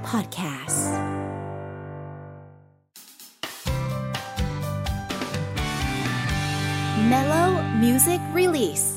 Podcast Mellow Music Release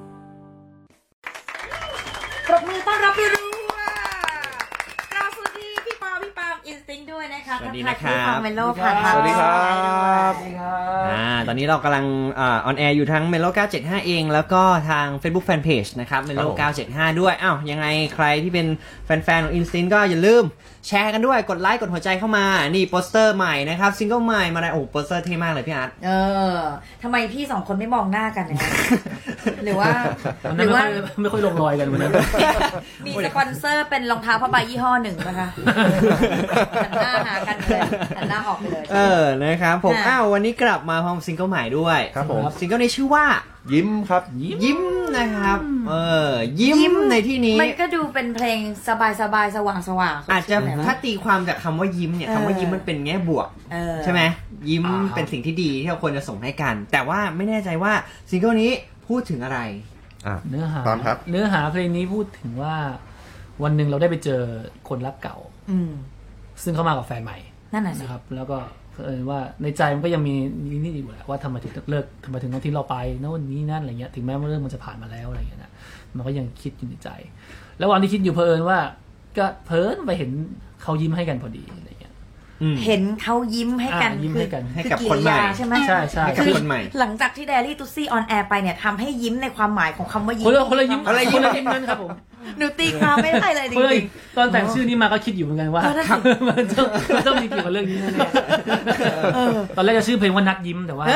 ปรบมือต้อนรับรัวๆกราบสวัสดีพี่ปามอินสติ้งด้วยนะคะสวัสดีนะครับเมโลผ่านสวัสดีครับตอนนี้เรากำลังออนแอร์อยู่ทั้ง Melo 975 เองแล้วก็ทาง Facebook Fanpage นะครับ Melo 975 ด้วยยังไงใครที่เป็นแฟนๆของ Instinct ก็อย่าลืมแชร์กันด้วยกดไลค์กดหัวใจเข้ามานี่โปสเตอร์ใหม่นะครับซิงเกิลใหม่มาเลยโอ้โปสเตอร์เท่มากเลยพี่อาร์ตทำไมพี่สองคนไม่มองหน้ากันเนี่ยหรือว่าไม่ค่อยลงรอยกันวันนั้นมีสปอนเซอร์เป็นรองเท้าผ้าใบยี่ห้อหนึ่งนะคะหันหน้าหากันเลยหันหน้าออกเลยนะครับผมวันนี้กลับมาพร้อมซิงเกิลใหม่ด้วยครับผมซิงเกิลนี้ชื่อว่ายิ้มครับยิ้มนะครับยิ้มในที่นี้มันก็ดูเป็นเพลงสบายสว่างอาจจะถ้าตีความจากคำว่ายิ้มเนี่ยคำว่ายิ้มมันเป็นแง่บวกใช่ไหมยิ้มเป็นสิ่งที่ดีที่เราควรจะส่งให้กันแต่ว่าไม่แน่ใจว่าซิงเกิลนี้พูดถึงอะไรเนื้อหาเพลงนี้พูดถึงว่าวันหนึ่งเราได้ไปเจอคนรักเก่าซึ่งเขามากับแฟนใหม่นั่นแหละนะครับแล้วก็ว่าในใจมันก็ยังมีนี่อยู่แหละว่าทำไมถึงเลิกทำไมถึงต้องทิ้งเราไปโน่นนี่นั่นอะไรเงี้ยถึงแม้ว่าเรื่องมันจะผ่านมาแล้วอะไรเงี้ยนะมันก็ยังคิดอยู่ในใจแล้ววันที่คิดอยู่เผอิญว่าก็เผอิญไปเห็นเขายิ้มให้กันพอดีอะไรเงี้ยเห็นเขายิ้มให้กันยิ้มให้กันให้กับคนใหม่ใช่ไหมใช่ให้กับคนใหม่หลังจากที่ Daily Tussy on air ไปเนี่ยทำให้ยิ้มในความหมายของคำว่ายิ้มคนละยิ้มนั่นครับผมหนูตีความไม่ได้เลยจริงๆตอนแต่งชื่อนี้มาก็คิดอยู่เหมือนกันว่ามันต้องมีเกี่ยวกับเรื่องนี้แน่ๆตอนแรกจะชื่อเพลงว่านัดยิ้มแต่ว่า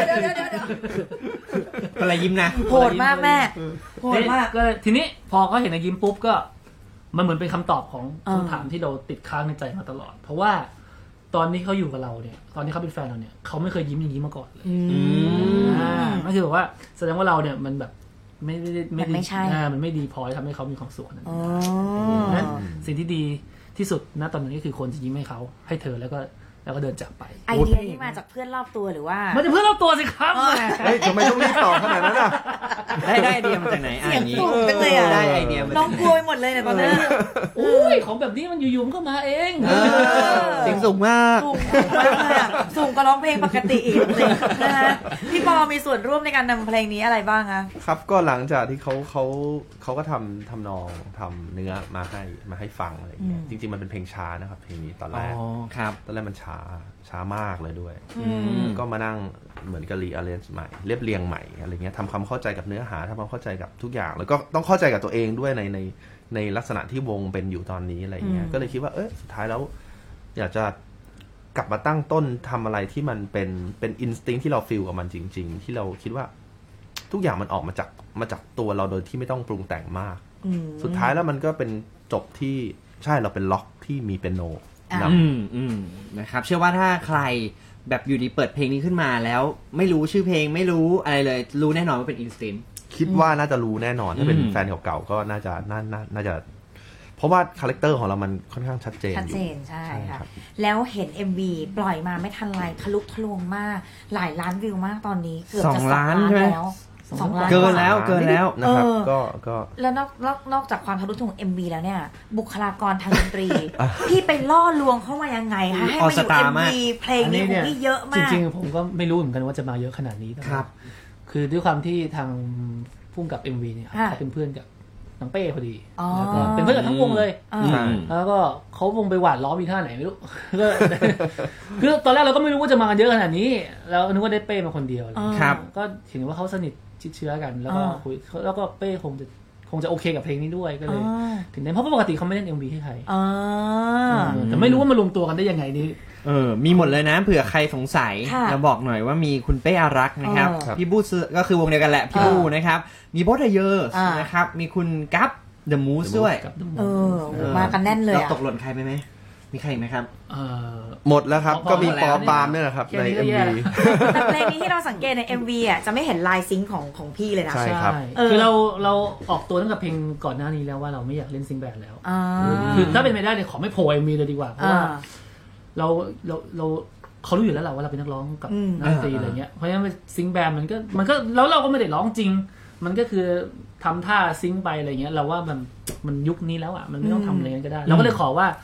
อะไรยิ้มนะโหดมากแม่โหดมากก็ทีนี้พอเขาเห็นในยิ้มปุ๊บก็มันเหมือนเป็นคำตอบของคำถามที่เราติดค้างในใจมาตลอดเพราะว่าตอนนี้เขาอยู่กับเราเนี่ยตอนนี้เขาเป็นแฟนเราเนี่ยเขาไม่เคยยิ้มอย่างนี้มาก่อนเลยนั่นคือแบบว่าแสดงว่าเราเนี่ยมันแบบไม่ใช่มันไม่ดีพอที่ทำให้เขามีความสุขนั้นสิ่งที่ดีที่สุดณตอนนี้ก็คือคนจะยิ้มให้เขาให้เธอแล้วก็เดินจากไปไอเดียที่มาจากเพื่อนรอบตัวหรือว่ามันจะเพื่อนรอบตัวสิครับทำไมต้องรีบตอบขนาดนั้นอ่ะได้ไอเดียมาจากไหนอย่างนี้ได้ไอเดียน้องกลัวหมดเลยเนี่ยตอนนี้ของแบบนี้มันอยู่ๆก็มาเองเสียงสูงมากสูงก็ร้องเพลงปกติอีกเลยนะฮะพี่ปอมีส่วนร่วมในการนำเพลงนี้อะไรบ้างคะครับก็หลังจากที่เขาก็ทำนองทำเนื้อมาให้ฟังอะไรอย่างเงี้ยจริงๆมันเป็นเพลงช้านะครับเพลงนี้ตอนแรกตอนแรกมันช้ามากเลยด้วยก็มานั่งเหมือนกับรีอาร์เรนจ์ใหม่เรียบเรียงใหม่อะไรเงี้ยทำความเข้าใจกับเนื้อหาทำความเข้าใจกับทุกอย่างแล้วก็ต้องเข้าใจกับตัวเองด้วยในลักษณะที่วงเป็นอยู่ตอนนี้อะไรเงี้ยก็เลยคิดว่าสุดท้ายแล้วอยากจะกลับมาตั้งต้นทำอะไรที่มันเป็นอินสติ้งที่เราฟีลกับมันจริงๆที่เราคิดว่าทุกอย่างมันออกมาจากตัวเราโดยที่ไม่ต้องปรุงแต่งมากสุดท้ายแล้วมันก็เป็นจบที่ใช่เราเป็นล็อกที่มีเปียโนนะครับเชื่อว่าถ้าใครแบบอยู่ดีเปิดเพลงนี้ขึ้นมาแล้วไม่รู้ชื่อเพลงไม่รู้อะไรเลยรู้แน่นอนว่าเป็น Instinct คิดว่าน่าจะรู้แน่นอนถ้าเป็นแฟนเก่าๆก็น่าจะเพราะว่าคาแรคเตอร์ของเรามันค่อนข้างชัดเจนอยู่ใช่ค่ะแล้วเห็น MV ปล่อยมาไม่ทันไรทะลุทะลวงมากหลายล้านวิวมากตอนนี้เกือบจะ2 ล้านแล้วเกินแล้วนะครับก็แล้วนอกจากความทะลุทะลวง MV แล้วเนี่ยบุคลากรทางดนตรีพี่ไปล่อลวงเข้ามายังไงคะให้มาอยู่ MV เพลงนี้ของพี่เยอะมากจริงๆผมก็ไม่รู้เหมือนกันว่าจะมาเยอะขนาดนี้ครับคือด้วยความที่ทางพุ่งกับ MV เนี่ยเขาเป็นเพื่อนกับน้องเป้พอดีแล้วก็เป็นเพื่อนกับทั้งวงเลยแล้วก็เขาวงไปหวานล้อมีท่าไหนไม่รู้คือตอนแรกเราก็ไม่รู้ว่าจะมากันเยอะขนาดนี้แล้วนึกว่าได้เป้มาคนเดียวก็เห็นว่าเขาสนิทชิดเชื้อกันแล้วก็คุยแล้วก็เป้คงจะโอเคกับเพลงนี้ด้วยก็เลยถึงได้เพราะปกติเขาไม่เล่น MV ให้ใครแต่ไม่รู้ว่ามารวมตัวกันได้ยังไงนี่มีหมดเลยนะเผื่อใครสงสัยจะบอกหน่อยว่ามีคุณเป้อารักษ์นะครับพี่บู้ก็คือวงเดียวกันแหละพี่บู้นะครับมีโบทเยอร์นะครับมีคุณกั๊บเดอะมูสด้วยมากันแน่นเลยเราตกหล่นใครไปไหมมีใครไหมครับหมดแล้วครับก็มีปอปามเนี่ยแหละครับใน MV แต่เพลงนี้ที่เราสังเกตใน MV อ่ะจะไม่เห็นลายซิงค์ของพี่เลยนะใช่ครับคือเราออกตัวตั้งแต่เพลงก่อนหน้านี้แล้วว่าเราไม่อยากเล่นซิงค์แบนด์แล้วคือถ้าเป็นไปได้เนี่ยขอไม่โผล่ MV เลยดีกว่าเพราะว่าเราเขารู้อยู่แล้วแหละว่าเราเป็นนักร้องกับนักดนตรีอะไรเงี้ยเพราะฉะนั้นซิงค์แบนด์มันก็แล้วเราก็ไม่ได้ร้องจริงมันก็คือทำท่าซิงค์ไปอะไรเงี้ยเราว่ามันยุคนี้แล้วอ่ะมันไม่ต้องทำอะไรก็ได้เราก็เลยขอว่า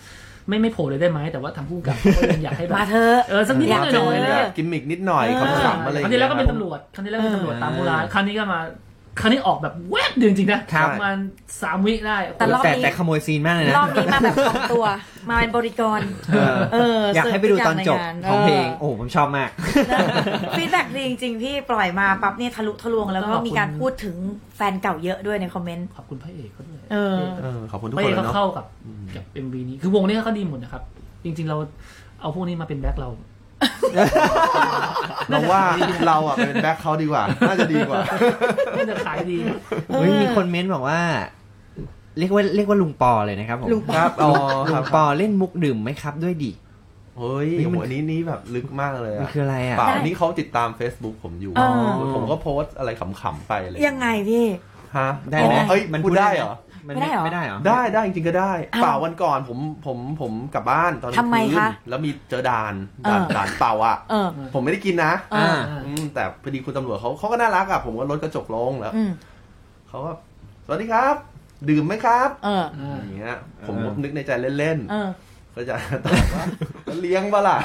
ไม่โผล่เลยได้ไหมแต่ว่าทางผู้กำกับก็ยังอยากให้แบบมาเถอะสักนิดหน่อยเลยกิมมิกนิดหน่อยขำๆอะไรอย่างครั้งที่เงี้ยแล้วก็เป็นตำรวจตามโบราณครั้งนี้ก็มาครั้งนี้ออกแบบแวบเดียวจริงๆนะประมาณ3 วิได้แต่ขโมยซีนมากเลยนะรอบนี้มาแบบของตัวมาเป็นบริกรอยากให้ไปดูตอนจบของเพลงโอ้ผมชอบมากฟีดแบ็กดีจริงๆพี่ปล่อยมาปั๊บเนี่ยทะลุทะลวงแล้วก็มีการพูดถึงแฟนเก่าเยอะด้วยในคอมเมนต์ขอบคุณพระเอกเขาด้วยขอบคุณทุกคนเนาะเข้ากับ MV นี้คือวงนี้เขาดีหมดนะครับจริงๆเราเอาพวกนี้มาเป็นแบ็คเราว่าเราอ่ะเป็นแบ็คเขาดีกว่าน่าจะดีกว่าน่าจะขายดีมีคนเม้นบอกว่าเรียกว่าลุงปอเลยนะครับผมครับลุงปอเล่นมุกดื่มไหมครับด้วยดิเฮ้ยอันนี้แบบลึกมากเลยอ่ะคืออะไรอ่ะเปล่านี่เขาติดตาม Facebook ผมอยู่ผมก็โพสอะไรขำๆไปเลยยังไงพี่ฮะได้ไหมเฮ้ยมันพูดได้เหรอไม่ได้เหรอได้จริงๆก็ได้เปล่าวันก่อนผมกลับบ้านตอนทำไมคะแล้วมีเจอด่านเปล่าอ่ะผมไม่ได้กินนะแต่พอดีคุณตำรวจเขาก็น่ารักอ่ะผมก็ลดกระจกลงแล้วเขาก็สวัสดีครับดื่มไหมครับอย่างเงี้ยผมนึกในใจเล่นๆก็จะตอบว่าเลี้ยงบ้าล่ะ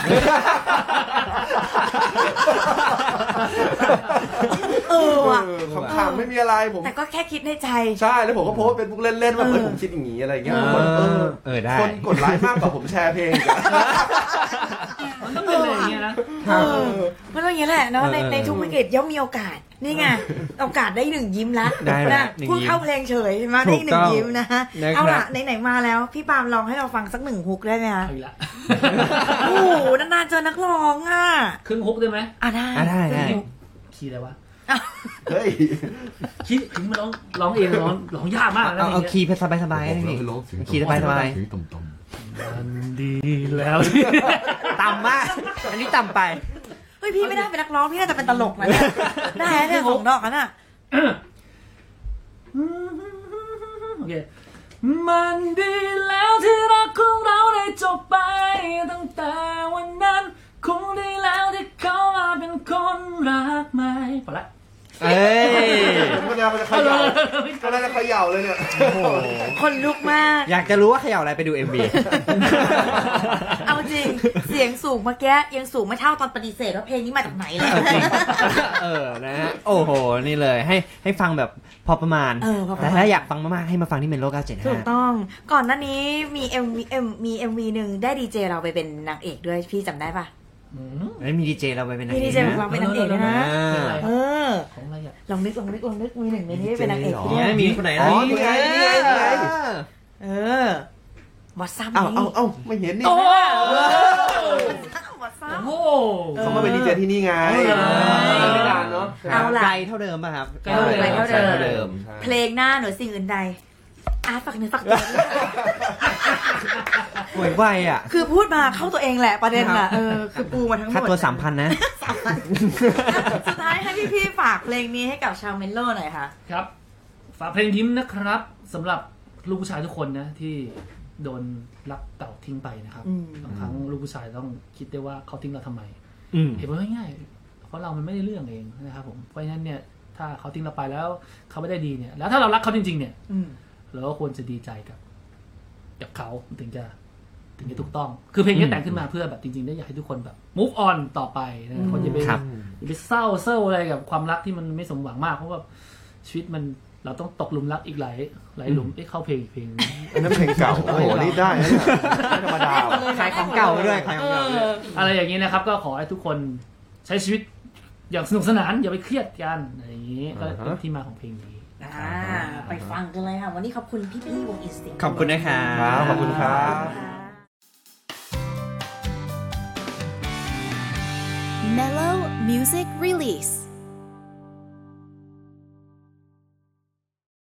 ขำๆไม่มีอะไรผมแต่ก็แค่คิดในใจใช่แล้วผมก็โพสเป็นพวกเล่นๆว่าผมคิดอย่างนี้อะไรเงี้ยคนกดไลค์มากกว่าผมแชร์เพลงมันต้องเป็นอะไรอย่างเงี้ยนะมันต้องอย่างนี้แหละเนาะในทุกวิกฤตย่อมมีโอกาสนี่ไงโอกาสได้1 ยิ้มละนะพูดเข้าเพลงเฉยมาได้1 ยิ้มนะเอาล่ะไหนๆมาแล้วพี่ปาล์มลองให้เราฟังสัก1 ฮุกได้ไหมคะโอ้โหนานๆเจอนักร้องอ่ะครึ่งฮุกได้ไหมได้คีย์อะไรวะเฮ้ยคิดถึงมาร้องเองร้องยากมากนะเอาคีย์สบายๆนี่คีย์สบายมันดีแล้วต่ำมากอันนี้ต่ำไปเฮ้ยพี่ไม่ได้เป็นนักร้องพี่น่าจะเป็นตลกนะเนี่ยได้เนี่ย2 ดอกน่ะโอเคมันดีแล้วที่รักของเราได้จบไปตั้งแต่วันนั้นคงดีแล้วที่เขามาเป็นคนรักใหม่พอละมันจะเขย่าเลยเนี่ยคนลุกมากอยากจะรู้ว่าเขย่าอะไรไปดู MV เอาจริงเสียงสูงเมื่อกี้ยังสูงไม่เท่าตอนปฏิเสธว่าเพลงนี้มาจากไหนเลยนะฮะโอ้โหนี่เลยให้ฟังแบบพอประมาณแต่ถ้าอยากฟังมากๆให้มาฟังที่เมโล975 ถูกต้องก่อนหน้านี้มี MV นึงได้ดีเจเราไปเป็นนางเอกด้วยพี่จำได้ปะแล้วมีดีเจเราไปเป็นนางเอกมีดีเจเราเป็นนางเอกด้วยนะลองนึกมี1ในนี้เป็นนางเอกด้วยมีคนไหนอ๋อนี่ไงวัดซ้ำเอาไม่เห็นนี่วัดซ้ำเขามาเป็นดีเจที่นี่ไงไม่นานเนาะไกลเท่าเดิมป่ะครับไกลเท่าเดิมเพลงหน้าหรือสิ่งอื่นใดฝากเนื้อฝากตัวป่วยไวอ่ะคือพูดมาเข้าตัวเองแหละประเด็นอ่ะคือปูมาทั้งหมดค่าตัว 3,000 นะสุดท้ายให้พี่ฝากเพลงนี้ให้กับชาวเมโลหน่อยค่ะครับฝากเพลงยิ้มนะครับสำหรับลูกผู้ชายทุกคนนะที่โดนรักเก่าทิ้งไปนะครับบางครั้งลูกผู้ชายต้องคิดได้ว่าเขาทิ้งเราทำไมเหตุผลง่ายๆเพราะเรามันไม่ได้เรื่องเองนะครับผมเพราะฉะนั้นเนี่ยถ้าเขาทิ้งเราไปแล้วเขาไม่ได้ดีเนี่ยแล้วถ้าเรารักเขาจริงๆเนี่ยเราก็ควรจะดีใจกับเขาถึงจะถูกต้องคือเพลงนี้แต่งขึ้นมาเพื่อแบบจริงๆได้อยากให้ทุกคนแบบ move on ต่อไปนะคนอย่าไปเศร้าอะไรกับความรักที่มันไม่สมหวังมากเพราะว่าชีวิตมันเราต้องตกหลุมรักอีกหลายหลุมได้เข้าเพลงอันนั้นเพลงเก่าโอ้โหนี่ได้นะไม่ธรรมดาขายของเก่าด้วยขายของเก่าอะไรอย่างนี้นะครับก็ขอให้ทุกคนใช้ชีวิตอย่างสนุกสนานอย่าไปเครียดกันอะไรอย่างนี้ก็เป็นที่มาของเพลงนี้ไปฟังกันเลยค่ะวันนี้ขอบคุณพี่วงอินสติ้งขอบคุณนะครับขอบคุณครับ Mellow Music Release